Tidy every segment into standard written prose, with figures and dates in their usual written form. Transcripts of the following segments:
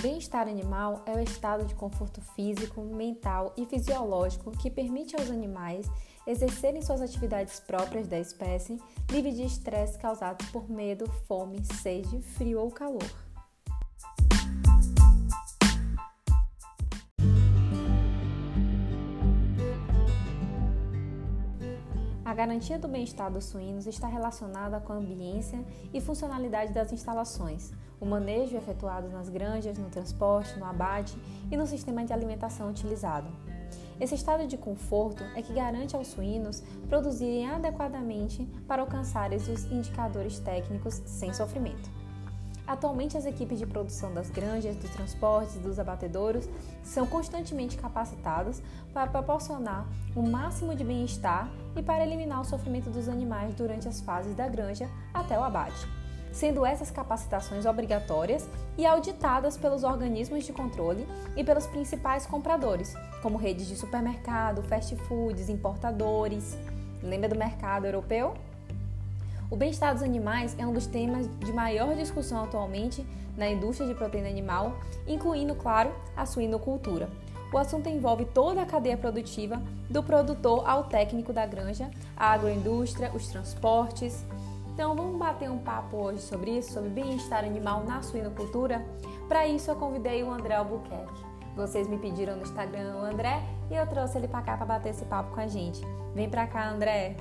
bem-estar animal é o estado de conforto físico, mental e fisiológico que permite aos animais exercerem suas atividades próprias da espécie, livre de estresse causados por medo, fome, sede, frio ou calor. A garantia do bem-estar dos suínos está relacionada com a ambiência e funcionalidade das instalações, o manejo efetuado nas granjas, no transporte, no abate e no sistema de alimentação utilizado. Esse estado de conforto é que garante aos suínos produzirem adequadamente para alcançarem os indicadores técnicos sem sofrimento. Atualmente, as equipes de produção das granjas, dos transportes e dos abatedouros são constantemente capacitadas para proporcionar o máximo de bem-estar e para eliminar o sofrimento dos animais durante as fases da granja até o abate, sendo essas capacitações obrigatórias e auditadas pelos organismos de controle e pelos principais compradores, como redes de supermercado, fast foods, importadores. Lembra do mercado europeu? O bem-estar dos animais é um dos temas de maior discussão atualmente na indústria de proteína animal, incluindo, claro, a suinocultura. O assunto envolve toda a cadeia produtiva, do produtor ao técnico da granja, a agroindústria, os transportes. Então, vamos bater um papo hoje sobre isso, sobre bem-estar animal na suinocultura? Para isso, eu convidei o André Albuquerque. Vocês me pediram no Instagram o André e eu trouxe ele para cá para bater esse papo com a gente. Vem para cá, André!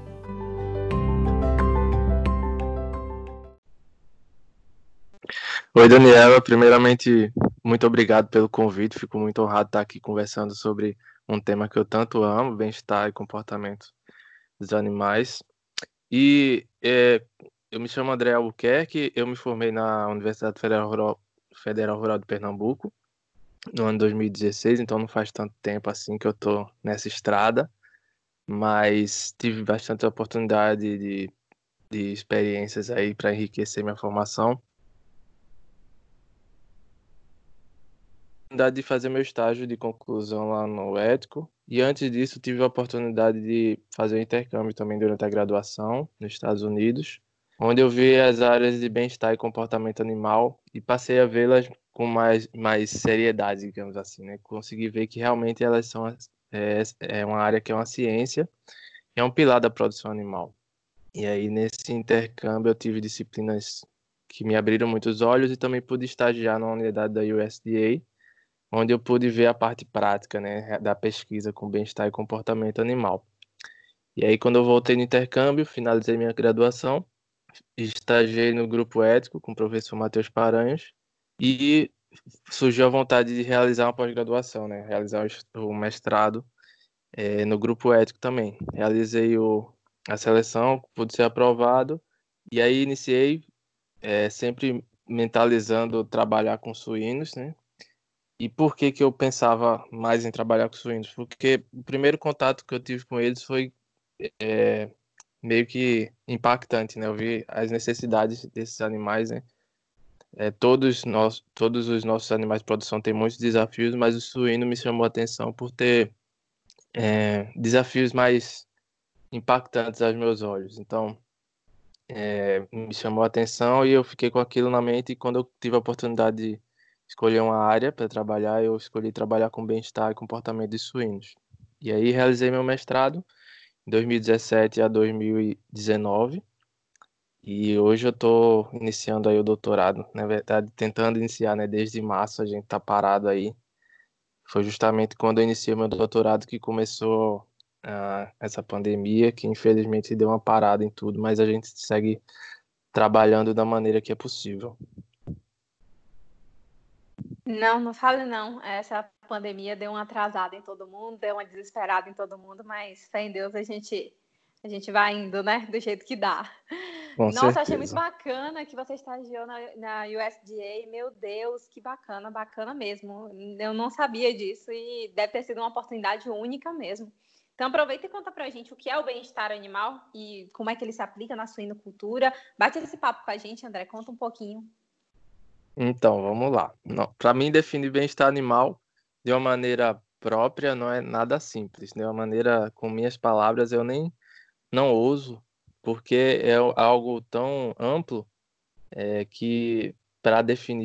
Oi, Daniela. Primeiramente, muito obrigado pelo convite. Fico muito honrado de estar aqui conversando sobre um tema que eu tanto amo, bem-estar e comportamento dos animais. Eu me chamo André Albuquerque, eu me formei na Universidade Federal Rural de Pernambuco no ano 2016, então não faz tanto tempo assim que eu estou nessa estrada, mas tive bastante oportunidade de experiências aí para enriquecer minha formação. Oportunidade de fazer meu estágio de conclusão lá no Ético. E antes disso, tive a oportunidade de fazer um intercâmbio também durante a graduação nos Estados Unidos, onde eu vi as áreas de bem-estar e comportamento animal e passei a vê-las com mais seriedade, digamos assim, né? Consegui ver que realmente elas são é uma área que é uma ciência e é um pilar da produção animal. E aí, nesse intercâmbio, eu tive disciplinas que me abriram muitos olhos e também pude estagiar na unidade da USDA, onde eu pude ver a parte prática, né, da pesquisa com bem-estar e comportamento animal. E aí, quando eu voltei no intercâmbio, finalizei minha graduação, estagiei no grupo ético com o professor Matheus Paranhos e surgiu a vontade de realizar uma pós-graduação, né, realizar o mestrado no grupo ético também. Realizei a seleção, pude ser aprovado e aí iniciei sempre mentalizando trabalhar com suínos, né. E por que que eu pensava mais em trabalhar com suínos? Porque o primeiro contato que eu tive com eles foi meio que impactante, né? Eu vi as necessidades desses animais, né? Todos os nossos animais de produção têm muitos desafios, mas o suíno me chamou a atenção por ter desafios mais impactantes aos meus olhos. Então, me chamou a atenção e eu fiquei com aquilo na mente. E quando eu tive a oportunidade de escolher uma área para trabalhar, eu escolhi trabalhar com bem-estar e comportamento de suínos. E aí realizei meu mestrado em 2017 a 2019 e hoje eu estou iniciando aí o doutorado. Na verdade, tentando iniciar, né? Desde março a gente está parado aí. Foi justamente quando eu iniciei meu doutorado que começou essa pandemia, que infelizmente deu uma parada em tudo, mas a gente segue trabalhando da maneira que é possível. Não, não fale não. Essa pandemia deu uma atrasada em todo mundo, deu uma desesperada em todo mundo, mas fé em Deus a gente vai indo, né? Do jeito que dá. Com Nossa, eu achei muito certeza. bacana que você estagiou na USDA. Meu Deus, que bacana, bacana mesmo. Eu não sabia disso e deve ter sido uma oportunidade única mesmo. Então aproveita e conta pra gente o que é o bem-estar animal e como é que ele se aplica na suinocultura. Bate esse papo com a gente, André, conta um pouquinho. Então, vamos lá. Para mim, definir bem-estar animal de uma maneira própria não é nada simples. De uma maneira, com minhas palavras, eu nem não ouso, porque é algo tão amplo que para definir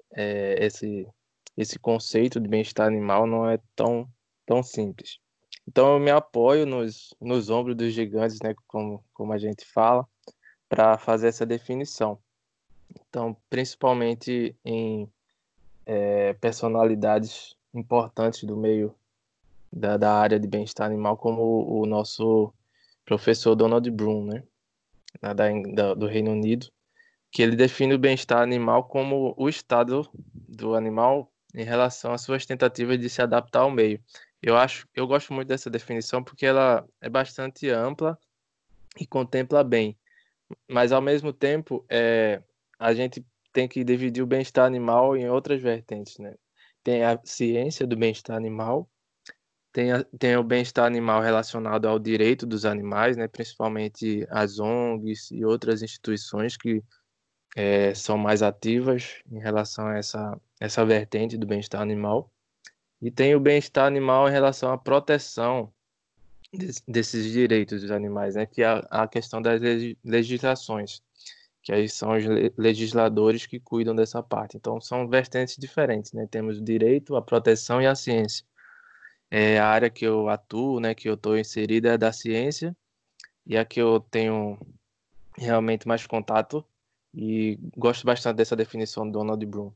esse conceito de bem-estar animal não é tão simples. Então, eu me apoio nos ombros dos gigantes, né, como a gente fala, para fazer essa definição. Então, principalmente em personalidades importantes do meio da área de bem-estar animal, como o nosso professor Donald Bloom, né, do Reino Unido, que ele define o bem-estar animal como o estado do animal em relação às suas tentativas de se adaptar ao meio. Eu gosto muito dessa definição porque ela é bastante ampla e contempla bem, mas ao mesmo tempo a gente tem que dividir o bem-estar animal em outras vertentes, né? Tem a ciência do bem-estar animal, tem o bem-estar animal relacionado ao direito dos animais, né? Principalmente as ONGs e outras instituições que são mais ativas em relação a essa vertente do bem-estar animal. E tem o bem-estar animal em relação à proteção desses direitos dos animais, né? Que é a questão das legislações, que aí são os legisladores que cuidam dessa parte. Então, são vertentes diferentes, né? Temos o direito, a proteção e a ciência. A área que eu atuo, né, que eu estou inserida é da ciência, e a que eu tenho realmente mais contato, e gosto bastante dessa definição do Donald Bloom.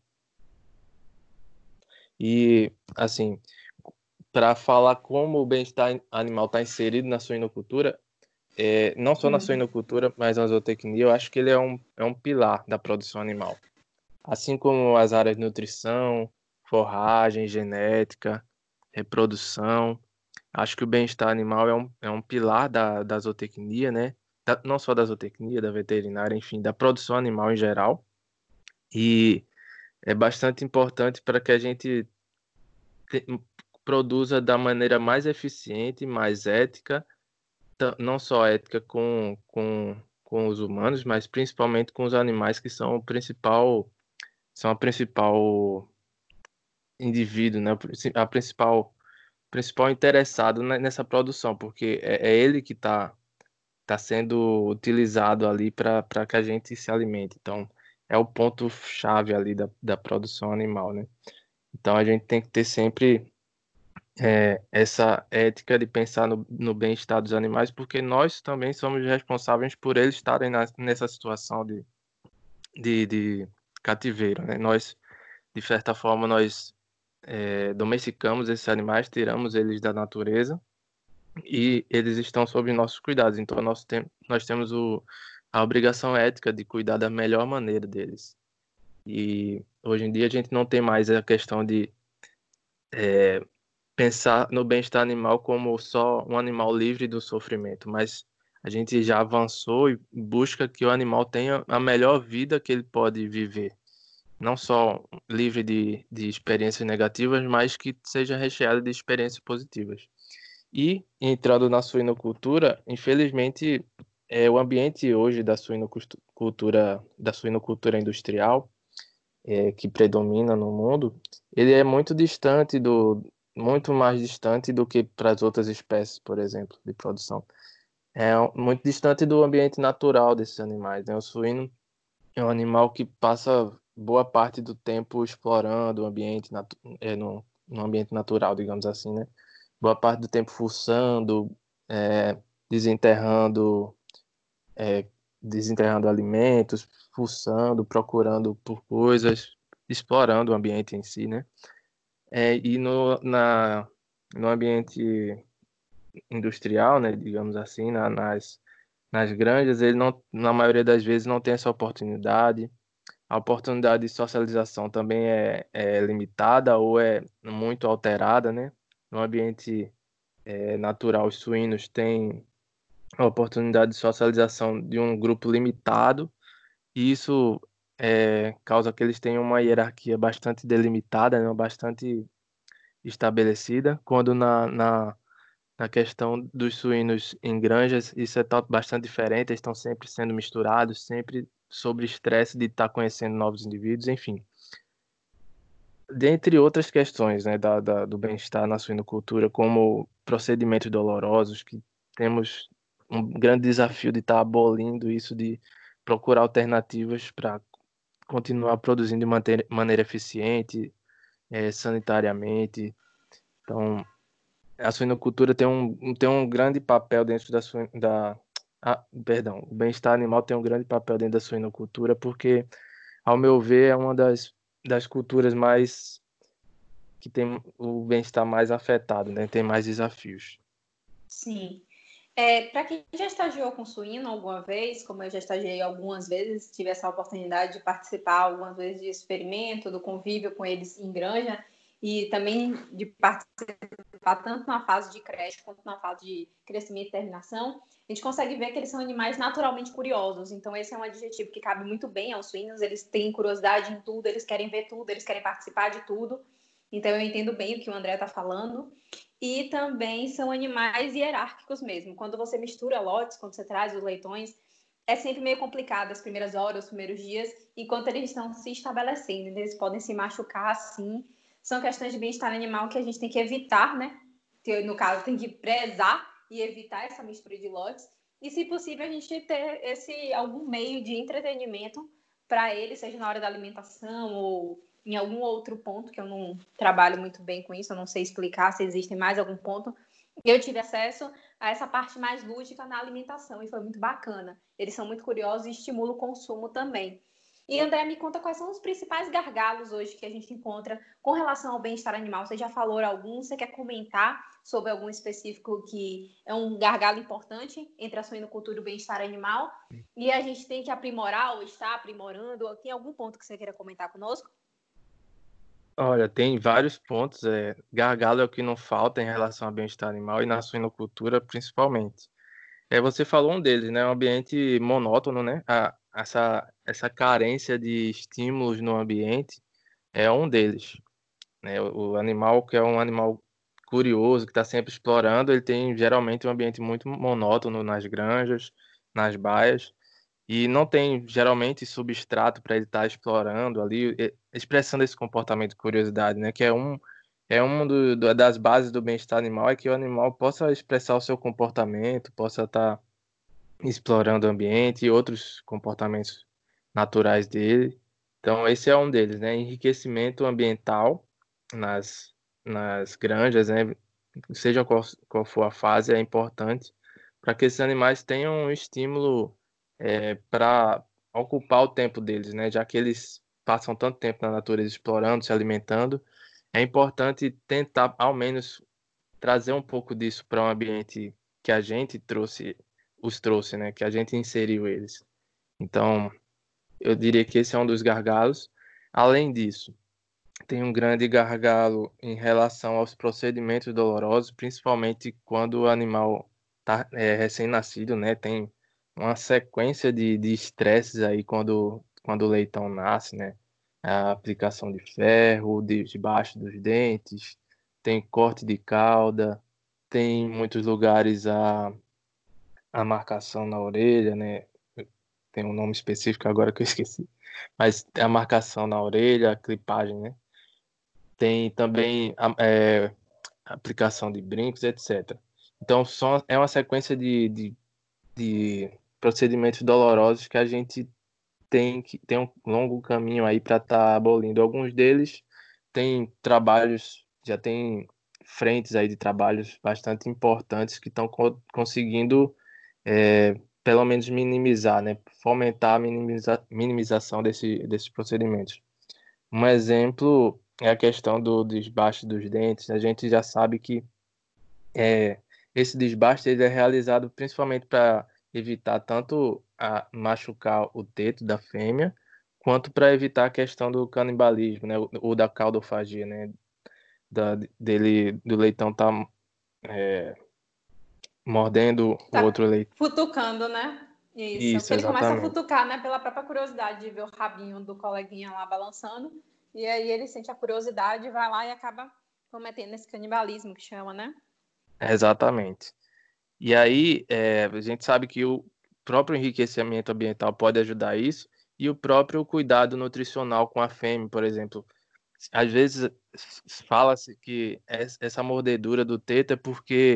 E, assim, para falar como o bem-estar animal está inserido na suinocultura, não só na suinocultura, mas na zootecnia, eu acho que ele é um pilar da produção animal. Assim como as áreas de nutrição, forragem, genética, reprodução, acho que o bem-estar animal é um pilar da zootecnia, né? Não só da zootecnia, da veterinária, enfim, da produção animal em geral. E é bastante importante para que a gente te- produza da maneira mais eficiente, mais ética, não só ética com os humanos, mas principalmente com os animais que são são a principal indivíduo, né? A principal interessado nessa produção, porque é ele que tá sendo utilizado ali para que a gente se alimente. Então, é o ponto-chave ali da produção animal, né? Então, a gente tem que ter sempre essa ética de pensar no bem-estar dos animais, porque nós também somos responsáveis por eles estarem nessa situação de cativeiro, né? Nós, de certa forma, nós domesticamos esses animais, tiramos eles da natureza e eles estão sob nossos cuidados. Então, nós temos a obrigação ética de cuidar da melhor maneira deles. E hoje em dia a gente não tem mais a questão de pensar no bem-estar animal como só um animal livre do sofrimento, mas a gente já avançou e busca que o animal tenha a melhor vida que ele pode viver. Não só livre de experiências negativas, mas que seja recheado de experiências positivas. E entrando na suinocultura, infelizmente, o ambiente hoje da suinocultura industrial, que predomina no mundo, ele é muito mais distante do que para as outras espécies, por exemplo, de produção. Muito distante do ambiente natural desses animais, né? O suíno é um animal que passa boa parte do tempo explorando o ambiente no ambiente natural, digamos assim, né? Boa parte do tempo fuçando, é, desenterrando, é, desenterrando alimentos, fuçando, procurando por coisas, explorando o ambiente em si, né? E no ambiente industrial, né, digamos assim, nas granjas, ele não, na maioria das vezes não tem essa oportunidade. A oportunidade de socialização também é limitada ou é muito alterada, né? No ambiente natural, os suínos têm a oportunidade de socialização de um grupo limitado, e isso causa que eles tenham uma hierarquia bastante delimitada, né? Bastante estabelecida, quando na questão dos suínos em granjas, isso é bastante diferente, eles estão sempre sendo misturados, sempre sob estresse de estar conhecendo novos indivíduos, enfim. Dentre outras questões, né, do bem-estar na suinocultura, como procedimentos dolorosos, que temos um grande desafio de estar abolindo isso, de procurar alternativas para continuar produzindo de maneira eficiente, sanitariamente. Então, a suinocultura tem um grande papel dentro o bem-estar animal tem um grande papel dentro da suinocultura, porque, ao meu ver, é uma das culturas mais que tem o bem-estar mais afetado, né? Tem mais desafios. Sim. Para quem já estagiou com suíno alguma vez, como eu já estagiei algumas vezes, tive essa oportunidade de participar algumas vezes de experimento, do convívio com eles em granja, e também de participar tanto na fase de creche quanto na fase de crescimento e terminação, a gente consegue ver que eles são animais naturalmente curiosos. Então, esse é um adjetivo que cabe muito bem aos suínos. Eles têm curiosidade em tudo, eles querem ver tudo, eles querem participar de tudo. Então, eu entendo bem o que o André está falando. E também são animais hierárquicos mesmo. Quando você mistura lotes, quando você traz os leitões, é sempre meio complicado as primeiras horas, os primeiros dias, enquanto eles estão se estabelecendo. Eles podem se machucar, assim. São questões de bem-estar animal que a gente tem que evitar, né? No caso, tem que prezar e evitar essa mistura de lotes. E, se possível, a gente ter algum meio de entretenimento para eles, seja na hora da alimentação ou em algum outro ponto, que eu não trabalho muito bem com isso, eu não sei explicar se existe mais algum ponto. Eu tive acesso a essa parte mais lúdica na alimentação e foi muito bacana. Eles são muito curiosos e estimulam o consumo também. E, André, me conta quais são os principais gargalos hoje que a gente encontra com relação ao bem-estar animal. Você já falou algum? Você quer comentar sobre algum específico que é um gargalo importante entre a suinocultura e o bem-estar animal? E a gente tem que aprimorar ou está aprimorando? Ou tem algum ponto que você queira comentar conosco? Olha, tem vários pontos. Gargalo é o que não falta em relação ao bem-estar animal e na suinocultura, principalmente. Você falou um deles, né? Um ambiente monótono, né? Essa carência de estímulos no ambiente é um deles, né? O animal que é um animal curioso, que está sempre explorando, ele tem geralmente um ambiente muito monótono nas granjas, nas baias, e não tem geralmente substrato para ele estar explorando ali, expressando esse comportamento de curiosidade, né? Que das bases do bem-estar animal, é que o animal possa expressar o seu comportamento, possa estar explorando o ambiente e outros comportamentos naturais dele. Então, esse é um deles, né? Enriquecimento ambiental nas, nas granjas, né? Seja qual for a fase, é importante para que esses animais tenham um estímulo para ocupar o tempo deles, né? Já que eles passam tanto tempo na natureza explorando, se alimentando, é importante tentar, ao menos, trazer um pouco disso para um ambiente que a gente trouxe, né? Que a gente inseriu eles. Então, eu diria que esse é um dos gargalos. Além disso, tem um grande gargalo em relação aos procedimentos dolorosos, principalmente quando o animal está recém-nascido, né? Tem uma sequência de estresses aí quando o leitão nasce, né? A aplicação de ferro debaixo dos dentes, tem corte de cauda, tem em muitos lugares a marcação na orelha, né? Tem um nome específico agora que eu esqueci, mas a marcação na orelha, a clipagem, né? Tem também aplicação de brincos, etc. Então, é uma sequência de procedimentos dolorosos que a gente tem um longo caminho aí para estar abolindo. Alguns deles têm trabalhos, já tem frentes aí de trabalhos bastante importantes que estão conseguindo, pelo menos, minimizar, né? Fomentar a minimização desses procedimentos. Um exemplo é a questão do desbaste dos dentes. A gente já sabe que esse desbaste ele é realizado principalmente para evitar tanto machucar o teto da fêmea, quanto para evitar a questão do canibalismo, né, ou da caudofagia, né, do leitão tá mordendo o Tá outro leitão. futucando, né? Isso. Porque Isso, ele começa a exatamente. futucar, né? Pela própria curiosidade de ver o rabinho do coleguinha lá balançando. E aí ele sente a curiosidade, vai lá e acaba cometendo esse canibalismo que chama, né? Exatamente. E aí, a gente sabe que o próprio enriquecimento ambiental pode ajudar isso, e o próprio cuidado nutricional com a fêmea, por exemplo. Às vezes fala-se que essa mordedura do teto é porque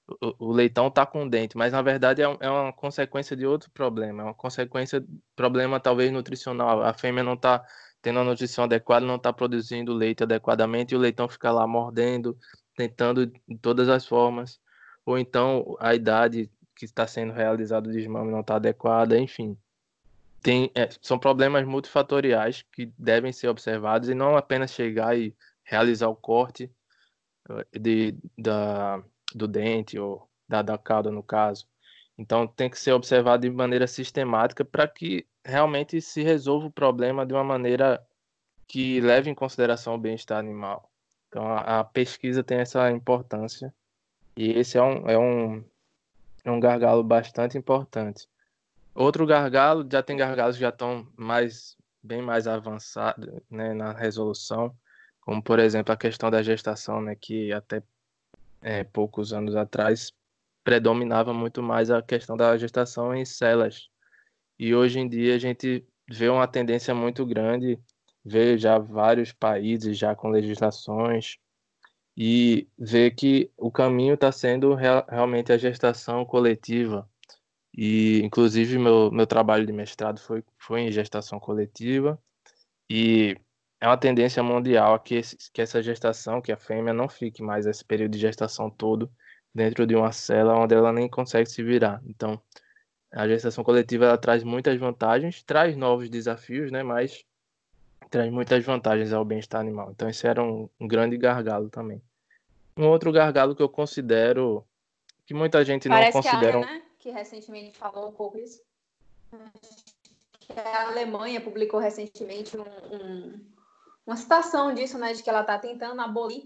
o leitão está com dente, mas na verdade é uma consequência de outro problema, é uma consequência problema talvez nutricional. A fêmea não está tendo a nutrição adequada, não está produzindo leite adequadamente e o leitão fica lá mordendo, tentando de todas as formas, ou então a idade que está sendo realizado o desmame não está adequada, enfim. São problemas multifatoriais que devem ser observados e não apenas chegar e realizar o corte de, da, do dente ou da cauda, no caso. Então, tem que ser observado de maneira sistemática para que realmente se resolva o problema de uma maneira que leve em consideração o bem-estar animal. Então, a pesquisa tem essa importância e esse é um gargalo bastante importante. Outro gargalo, já tem gargalos que já estão bem mais avançados, né, na resolução, como, por exemplo, a questão da gestação, né, que até poucos anos atrás predominava muito mais a questão da gestação em celas. E hoje em dia a gente vê uma tendência muito grande, vê já vários países já com legislações e vê que o caminho está sendo realmente a gestação coletiva. E, inclusive, meu trabalho de mestrado foi em gestação coletiva. E é uma tendência mundial que essa gestação, que a fêmea não fique mais esse período de gestação todo dentro de uma cela onde ela nem consegue se virar. Então, a gestação coletiva ela traz muitas vantagens, traz novos desafios, né? Mas traz muitas vantagens ao bem-estar animal. Então, esse era um grande gargalo também. Um outro gargalo que eu considero, que muita gente não Parece que a considera. Alemanha, né, que recentemente falou um pouco isso, que a Alemanha publicou recentemente uma citação disso, né, de que ela está tentando abolir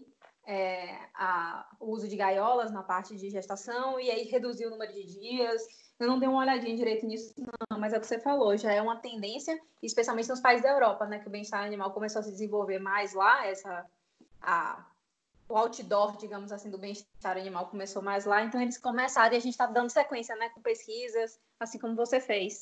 o uso de gaiolas na parte de gestação e aí reduzir o número de dias. Eu não dei uma olhadinha direito nisso, não, mas é o que você falou, já é uma tendência, especialmente nos países da Europa, né, que o bem-estar animal começou a se desenvolver mais lá, o outdoor, digamos assim, do bem-estar animal começou mais lá, então eles começaram e a gente está dando sequência, né, com pesquisas, assim como você fez.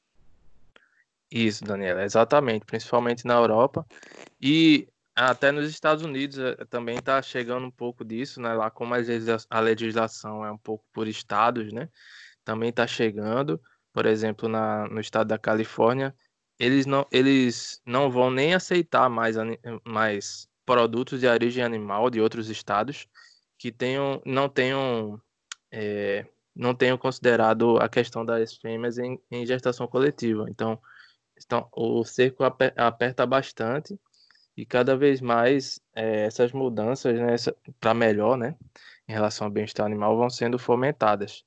Isso, Daniela, exatamente, principalmente na Europa e até nos Estados Unidos também está chegando um pouco disso, né? Lá como às vezes a legislação é um pouco por estados, né? Também está chegando, por exemplo, no estado da Califórnia, eles não vão nem aceitar mais produtos de origem animal de outros estados que não tenham considerado a questão das fêmeas em gestação coletiva. Então, o cerco aperta bastante e cada vez mais essas mudanças, né, para melhor, né, em relação ao bem-estar animal, vão sendo fomentadas.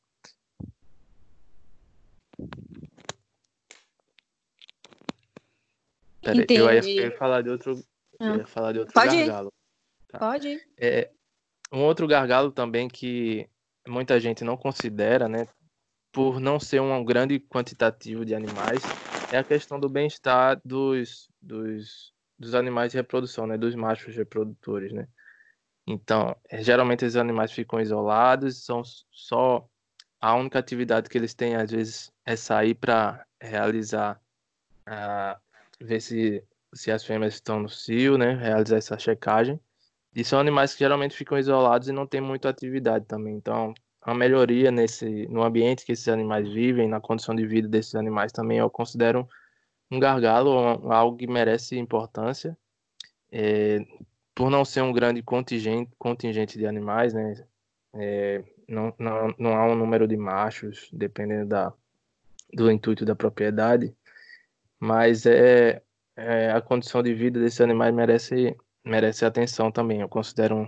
Peraí, eu ia falar de outro, Pode ir. gargalo. Tá? Pode ir. Um outro gargalo também que muita gente não considera, né, por não ser um grande quantitativo de animais, é a questão do bem-estar dos animais de reprodução, né, dos machos reprodutores, né? Então, geralmente esses animais ficam isolados, são só a única atividade que eles têm às vezes é sair para realizar, ver se as fêmeas estão no cio, né, realizar essa checagem. E são animais que geralmente ficam isolados e não tem muita atividade também. Então, a melhoria no ambiente que esses animais vivem, na condição de vida desses animais também eu considero um gargalo, algo que merece importância, por não ser um grande contingente de animais, né? Não há um número de machos, dependendo do intuito da propriedade, mas a condição de vida desses animais merece atenção também. Eu considero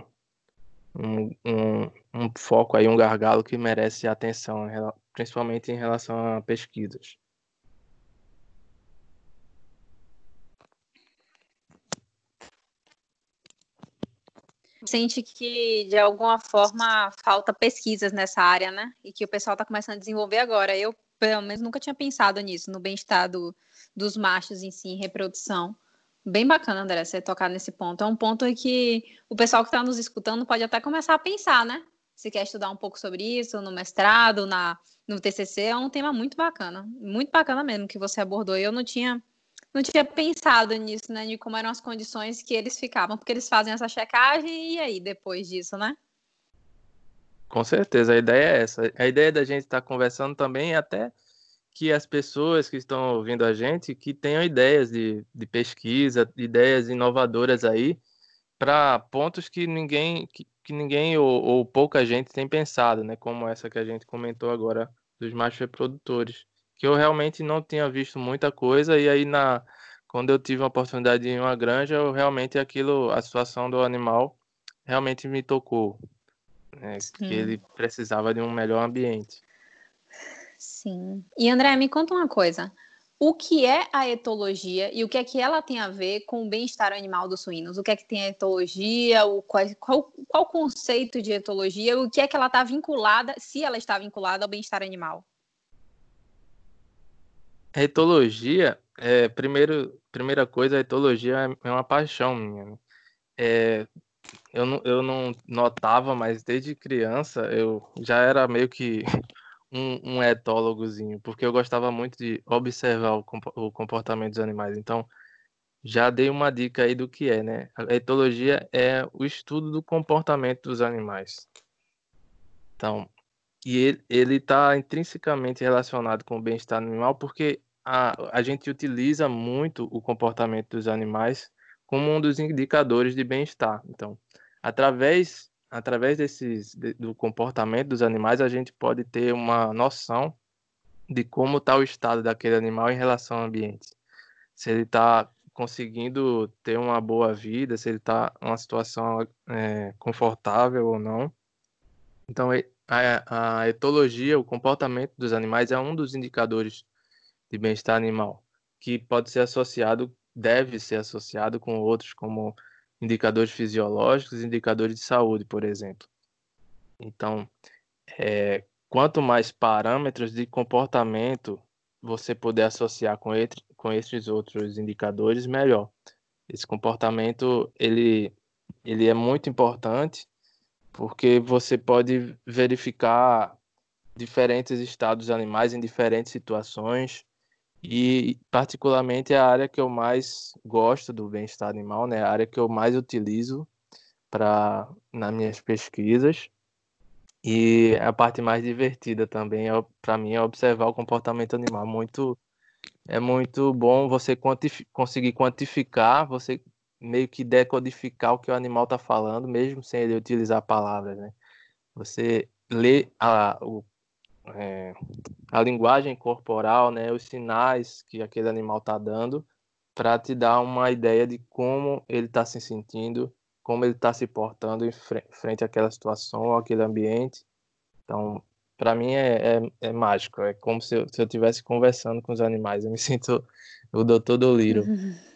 um foco aí, um gargalo que merece atenção, principalmente em relação a pesquisas. Sente que, de alguma forma, falta pesquisas nessa área, né? E que o pessoal está começando a desenvolver agora. Eu, pelo menos, nunca tinha pensado nisso, no bem-estar dos machos em si, em reprodução. Bem bacana, André, você tocar nesse ponto. É um ponto que o pessoal que está nos escutando pode até começar a pensar, né? Se quer estudar um pouco sobre isso, no mestrado, no TCC, é um tema muito bacana mesmo que você abordou. E eu não tinha pensado nisso, né? De como eram as condições que eles ficavam, porque eles fazem essa checagem e aí, depois disso, né? Com certeza, a ideia é essa. A ideia da gente estar conversando também é até que as pessoas que estão ouvindo a gente, que tenham ideias de pesquisa, ideias inovadoras aí, para pontos que que ninguém ou pouca gente tem pensado, né? Como essa que a gente comentou agora dos machos reprodutores, que eu realmente não tinha visto muita coisa e aí quando eu tive a oportunidade de ir em uma granja, eu realmente a situação do animal realmente me tocou, né? Que ele Sim, precisava de um melhor ambiente. sim. E André, me conta uma coisa. O que é a etologia e o que é que ela tem a ver com o bem-estar animal dos suínos? O que é que tem a etologia? Qual o conceito de etologia? O que é que ela está vinculada, se ela está vinculada ao bem-estar animal? A etologia, primeira coisa, a etologia é uma paixão minha, né? É, eu não notava, mas desde criança eu já era meio que um etólogozinho, porque eu gostava muito de observar o comportamento dos animais. Então, já dei uma dica aí do que é, né? A etologia é o estudo do comportamento dos animais. Então, ele está intrinsecamente relacionado com o bem-estar animal, porque a gente utiliza muito o comportamento dos animais como um dos indicadores de bem-estar. Então, através do comportamento dos animais, a gente pode ter uma noção de como está o estado daquele animal em relação ao ambiente. Se ele está conseguindo ter uma boa vida, se ele está em uma situação confortável ou não. Então, a etologia, o comportamento dos animais é um dos indicadores de bem-estar animal, que pode ser associado, deve ser associado com outros, como indicadores fisiológicos, indicadores de saúde, por exemplo. Então, quanto mais parâmetros de comportamento você puder associar com esses outros indicadores, melhor. Esse comportamento, ele é muito importante, porque você pode verificar diferentes estados animais em diferentes situações e particularmente é a área que eu mais gosto do bem-estar animal, né? A área que eu mais utilizo para nas minhas pesquisas e a parte mais divertida também para mim é observar o comportamento animal. É muito bom você conseguir quantificar, você meio que decodificar o que o animal está falando, mesmo sem ele utilizar palavras, né? Você lê a linguagem corporal, né, os sinais que aquele animal está dando, para te dar uma ideia de como ele está se sentindo, como ele está se portando frente àquela situação ou àquele ambiente. Então, para mim é mágico, é como se eu estivesse conversando com os animais. Eu me sinto o Dr. Dolittle.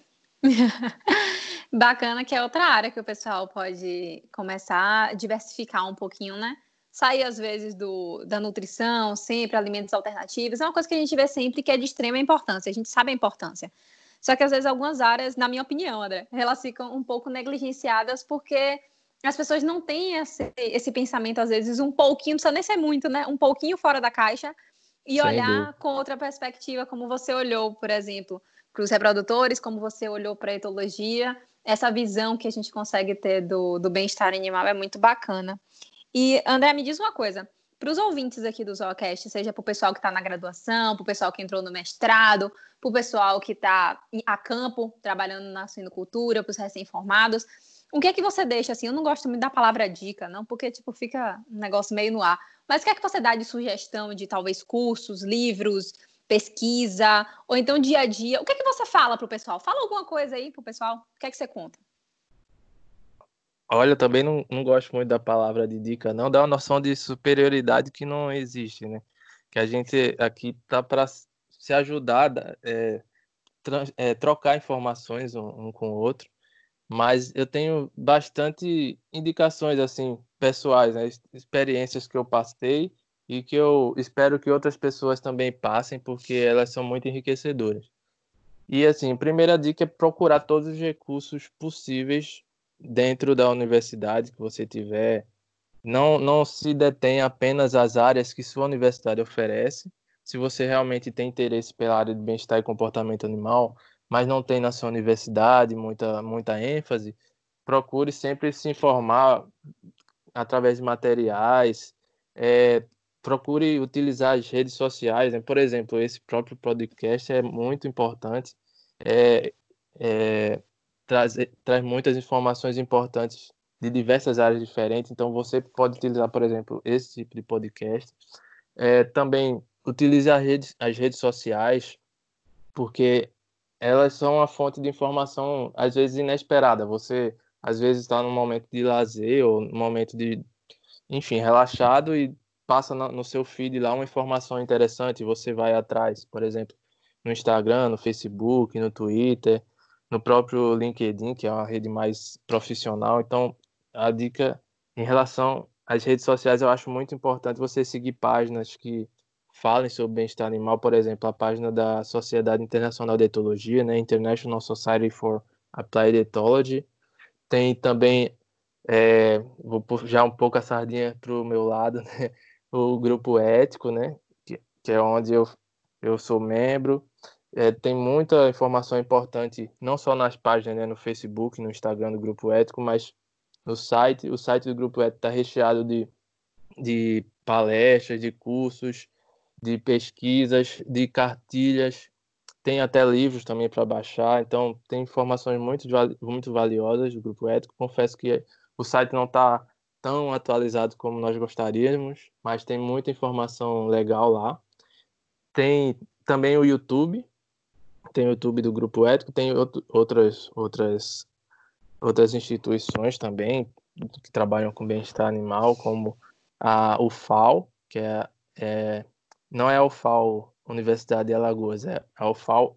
Bacana que é outra área que o pessoal pode começar a diversificar um pouquinho, né? Sair, às vezes, da nutrição, sempre alimentos alternativos. É uma coisa que a gente vê sempre que é de extrema importância. A gente sabe a importância. Só que, às vezes, algumas áreas, na minha opinião, André, elas ficam um pouco negligenciadas porque as pessoas não têm esse pensamento, às vezes, um pouquinho, não precisa nem ser muito, né? Um pouquinho fora da caixa e Sem dúvida. olhar com outra perspectiva, como você olhou, por exemplo, para os reprodutores, como você olhou para a etologia. Essa visão que a gente consegue ter do bem-estar animal é muito bacana. E, André, me diz uma coisa. Para os ouvintes aqui do Zoocast, seja para o pessoal que está na graduação, para o pessoal que entrou no mestrado, para o pessoal que está a campo, trabalhando na suinocultura, para os recém-formados, o que é que você deixa, assim, eu não gosto muito da palavra dica, não, porque, tipo, fica um negócio meio no ar, mas o que é que você dá de sugestão de, talvez, cursos, livros, pesquisa, ou então dia a dia? O que é que você fala para o pessoal? Fala alguma coisa aí para o pessoal. O que é que você conta? Olha, eu também não gosto muito da palavra de dica, não. Dá uma noção de superioridade que não existe, né? Que a gente aqui tá para se ajudar, trocar informações um com o outro. Mas eu tenho bastante indicações assim pessoais, né? Experiências que eu passei e que eu espero que outras pessoas também passem, porque elas são muito enriquecedoras. E assim, a primeira dica é procurar todos os recursos possíveis dentro da universidade que você tiver. Não se detém apenas às áreas que sua universidade oferece. Se você realmente tem interesse pela área de bem-estar e comportamento animal, mas não tem na sua universidade muita ênfase, procure sempre se informar através de materiais, procure utilizar as redes sociais, né? Por exemplo, esse próprio podcast é muito importante, é, traz muitas informações importantes de diversas áreas diferentes, então você pode utilizar, por exemplo, esse tipo de podcast. Também utilize as redes sociais, porque elas são uma fonte de informação, às vezes, inesperada. Você, às vezes, está num momento de lazer ou num momento de, enfim, relaxado e passa no seu feed lá uma informação interessante e você vai atrás, por exemplo, no Instagram, no Facebook, no Twitter, no próprio LinkedIn, que é uma rede mais profissional. Então, a dica em relação às redes sociais, eu acho muito importante você seguir páginas que falem sobre bem-estar animal, por exemplo, a página da Sociedade Internacional de Etologia, né, International Society for Applied Ethology. Tem também, vou puxar um pouco a sardinha para o meu lado, né, o Grupo Ético, né, que é onde eu sou membro. Tem muita informação importante, não só nas páginas, né, no Facebook, no Instagram do Grupo Ético, mas no site. O site do Grupo Ético está recheado de palestras, de cursos, de pesquisas, de cartilhas. Tem até livros também para baixar, então tem informações muito valiosas do Grupo Ético. Confesso que o site não está tão atualizado como nós gostaríamos, mas tem muita informação legal lá. Tem também o YouTube, tem o YouTube do Grupo Ético, tem outras instituições também que trabalham com bem-estar animal, como a UFAL, que não é a UFAL Universidade de Alagoas, é a UFAL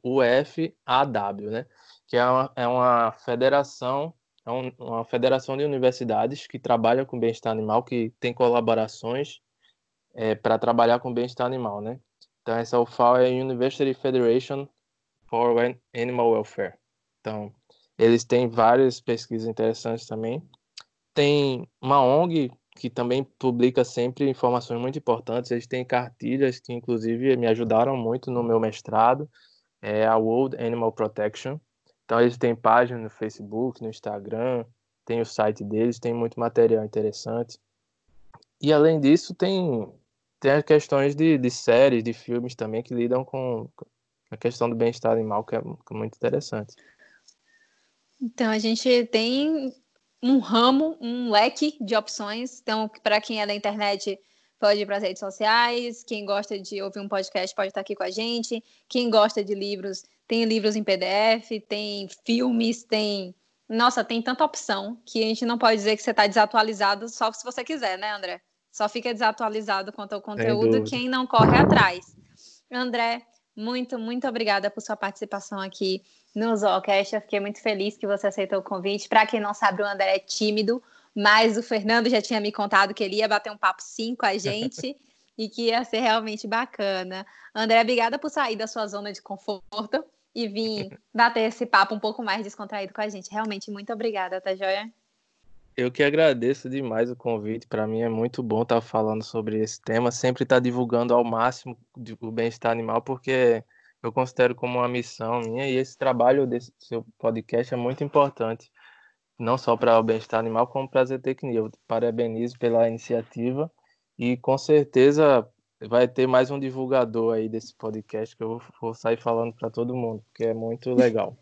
UFAW, né? Que é uma federação, uma federação de universidades que trabalha com bem-estar animal, que tem colaborações para trabalhar com bem-estar animal, né? Então, essa UFAL é a University Federation for Animal Welfare. Então, eles têm várias pesquisas interessantes também. Tem uma ONG que também publica sempre informações muito importantes. Eles têm cartilhas que, inclusive, me ajudaram muito no meu mestrado. É a World Animal Protection. Então, eles têm página no Facebook, no Instagram, tem o site deles, tem muito material interessante. E, além disso, tem as questões de séries, de filmes também, que lidam com a questão do bem-estar animal, que é muito interessante. Então, a gente tem um ramo, um leque de opções. Então, para quem é da internet, pode ir para as redes sociais. Quem gosta de ouvir um podcast pode estar aqui com a gente. Quem gosta de livros, tem livros em PDF, tem filmes, tem... Nossa, tem tanta opção que a gente não pode dizer que você está desatualizado só se você quiser, né, André? Só fica desatualizado quanto ao Sem conteúdo dúvida. quem não corre atrás. André, muito, muito obrigada por sua participação aqui no Zoocast. Eu fiquei muito feliz que você aceitou o convite. Para quem não sabe, o André é tímido, mas o Fernando já tinha me contado que ele ia bater um papo sim com a gente e que ia ser realmente bacana. André, obrigada por sair da sua zona de conforto e vir bater esse papo um pouco mais descontraído com a gente. Realmente, muito obrigada, tá joia? Eu que agradeço demais o convite. Para mim é muito bom estar falando sobre esse tema, sempre estar divulgando ao máximo o bem-estar animal, porque eu considero como uma missão minha e esse trabalho desse seu podcast é muito importante, não só para o bem-estar animal, como para a zootecnia. Eu te parabenizo pela iniciativa e com certeza vai ter mais um divulgador aí desse podcast que eu vou sair falando para todo mundo, porque é muito legal.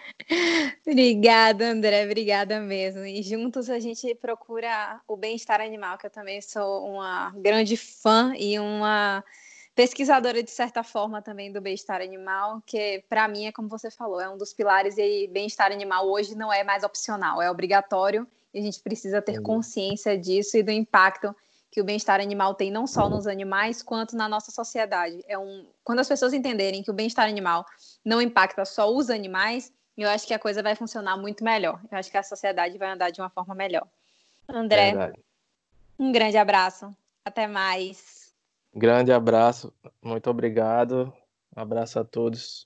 Obrigada, André, obrigada mesmo. E juntos a gente procura o bem-estar animal, que eu também sou uma grande fã e uma pesquisadora, de certa forma, também do bem-estar animal, que para mim é como você falou, é um dos pilares e bem-estar animal hoje não é mais opcional, é obrigatório e a gente precisa ter consciência disso e do impacto que o bem-estar animal tem não só nos animais, quanto na nossa sociedade. Quando as pessoas entenderem que o bem-estar animal não impacta só os animais, eu acho que a coisa vai funcionar muito melhor. Eu acho que a sociedade vai andar de uma forma melhor. André, Verdade. um grande abraço. Até mais. Grande abraço, muito obrigado. Um abraço a todos.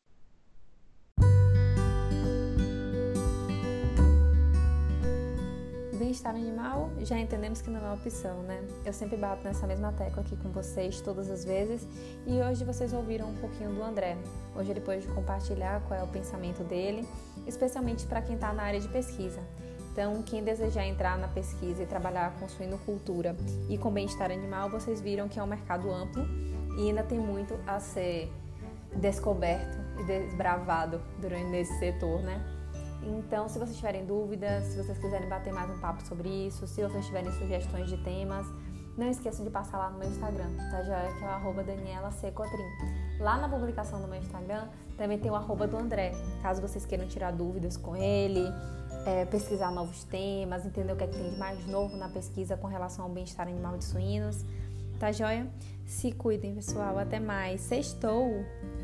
Bem-estar animal, já entendemos que não é uma opção, né? Eu sempre bato nessa mesma tecla aqui com vocês todas as vezes e hoje vocês ouviram um pouquinho do André. Hoje ele pôde compartilhar qual é o pensamento dele, especialmente para quem está na área de pesquisa. Então, quem desejar entrar na pesquisa e trabalhar com suinocultura e com bem-estar animal, vocês viram que é um mercado amplo e ainda tem muito a ser descoberto e desbravado durante esse setor, né? Então, se vocês tiverem dúvidas, se vocês quiserem bater mais um papo sobre isso, se vocês tiverem sugestões de temas, não esqueçam de passar lá no meu Instagram, tá joia? Que é o @DanielaCCotrim. Lá na publicação do meu Instagram também tem o @ do André, caso vocês queiram tirar dúvidas com ele, pesquisar novos temas, entender o que é que tem de mais novo na pesquisa com relação ao bem-estar animal de suínos, tá joia? Se cuidem, pessoal. Até mais. Sextou!